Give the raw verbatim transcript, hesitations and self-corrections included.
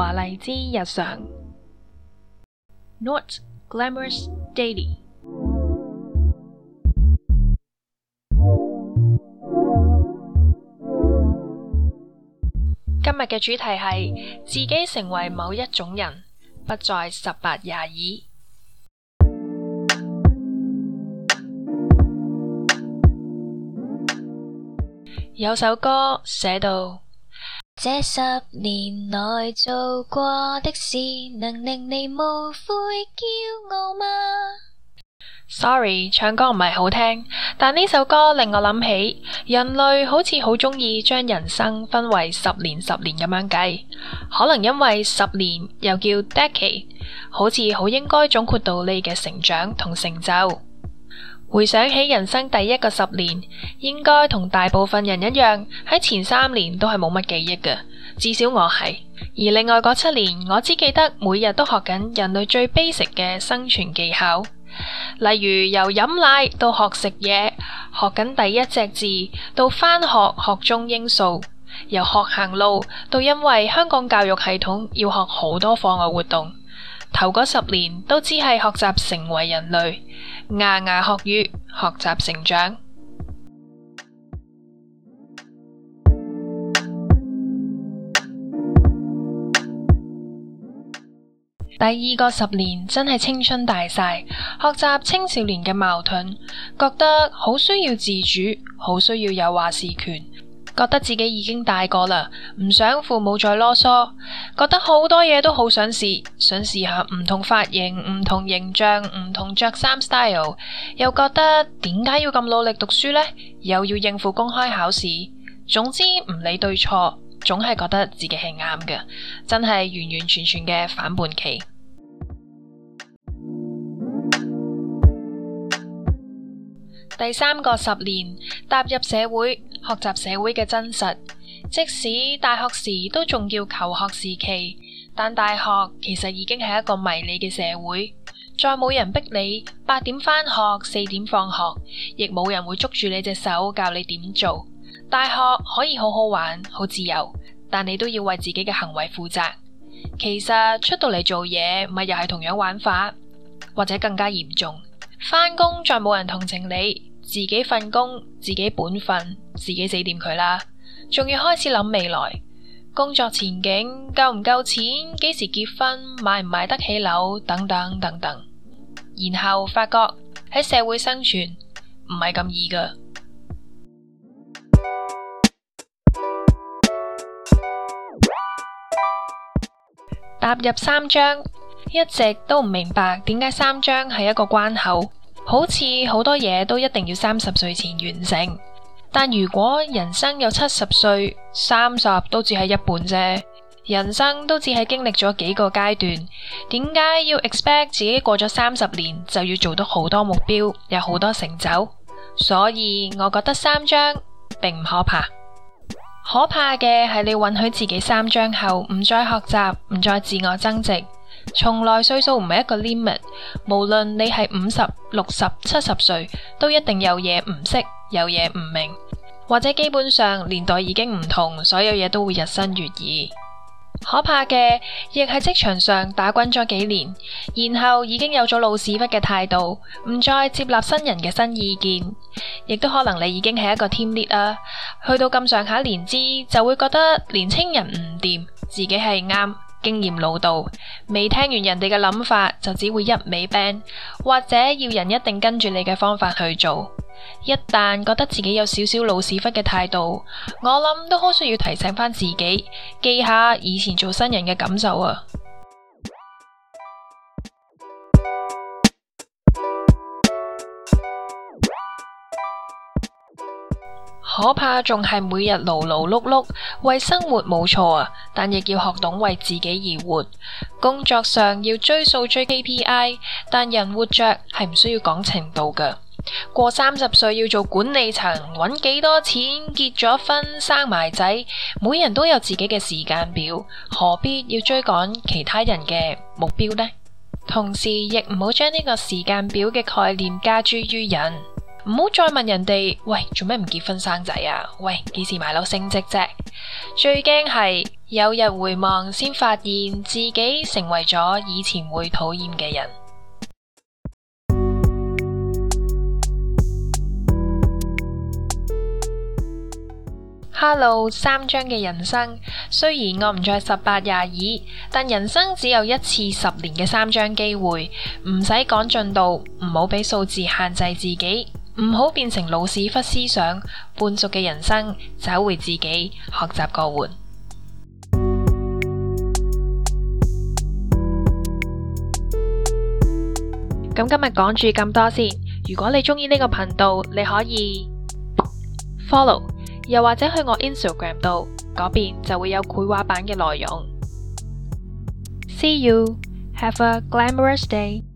華麗之日常 Not Glamorous Daily。 今日嘅主題係自己成為某一種人，不再十八廿二。有首歌寫到： 這十年來做過的事，能令你無悔驕傲嗎？ Sorry， 唱歌唔係好聽，但呢首歌令我諗起人類好似好鍾意將人生分為十年十年咁樣計，可能因為十年又叫 decade， 好似好應該總括到你嘅成長同成就。回想起人生第一個十年，應該同大部分人一樣，喺前三年都係冇乜記憶嘅，至少我係。而另外嗰七年，我只記得每日都學緊人類最 basic 嘅生存技巧，例如由飲奶到學食嘢，學緊第一隻字到返學學中英數，由學行路到因為香港教育系統要學好多課外活動。頭嗰十年都只係學習成為人類，牙牙學語，學習成長。第二個十年真係青春大晒，學習青少年嘅矛盾，覺得好需要自主，好需要有話事權，覺得自己已經大個啦，唔想父母再囉嗦，覺得好多嘢都好想試，想試下唔同髮型、唔同形象、唔同着衫 style， 又覺得點解要咁努力讀書呢？又要應付公開考試，總之唔理對錯，總係覺得自己係啱嘅，真係完完全全嘅反叛期。第三個十年，踏入社會，學習社會嘅真實。即使大學時都仲叫求學時期，但大學其實已經係一個迷你嘅社會，再冇人逼你八點返學，四點放學，亦冇人會捉住你隻手教你點做。大學可以好好玩，好自由，但你都要為自己嘅行為負責。其實出到嚟做嘢，咪又係同樣玩法，或者更加嚴重。返工再冇人同情你，自己份工，自己本分，自己死掂佢啦。仲要開始諗未來，工作前景夠唔夠錢，幾時結婚，買唔買得起樓，等等等等。然後發覺喺社會生存唔係咁易㗎。踏入三章，一直都唔明白點解三章係一個關口，好似好多嘢都一定要三十歲前完成。但如果人生有七十歲，三十都只係一半啫。人生都只係經歷咗幾個階段，點解要 expect 自己過咗三十年就要做到好多目標，有好多成就？所以我覺得三章並唔可怕，可怕嘅係你允許自己三章後唔再學習，唔再自我增值。從來歲數唔係一個 limit， 無論你係五十、六十、七十歲，都一定有嘢唔識，有嘢唔明，或者基本上年代已經唔同，所有嘢都會日新月異。可怕嘅亦係職場上打滾咗幾年，然後已經有咗老屎忽嘅態度，唔再接納新人嘅新意見，亦都可能你已經係一個 team lead 啊，去到咁上下年資就會覺得年青人唔掂，自己係啱。經驗老道，未聽完人哋嘅諗法就只會一味 ban， 或者要人一定跟住你嘅方法去做。一旦覺得自己有少少老屎忽嘅態度，我諗都好需要提醒翻自己，記下以前做新人嘅感受啊。可怕仲係每日勞勞碌碌，為生活冇錯啊，但亦要學懂為自己而活。工作上要追數追 K P I， 但人活着係唔需要講程度㗎。過三十歲要做管理層，搵幾多錢，結咗婚，生埋仔，每人都有自己嘅時間表，何必要追趕其他人嘅目標呢？同時亦唔好將呢個時間表嘅概念加諸於人。 唔好再問人哋，喂，做咩唔結婚生仔啊？喂，幾時買樓升職啫？最驚係有日回望先發現自己成為咗以前會討厭嘅人。Hello， 三張嘅人生，雖然我唔再十八廿二，但人生只有一次十年嘅三張機會，唔使趕進度，唔好俾數字限制自己，唔好變成老屎忽思想，半熟嘅人生，找回自己，學習過活。咁今日講住咁多先，如果你鍾意呢個頻道，你可以 follow。又或者去我 Instagram 度，嗰邊就會有繪畫版嘅內容。See you, have a glamorous day.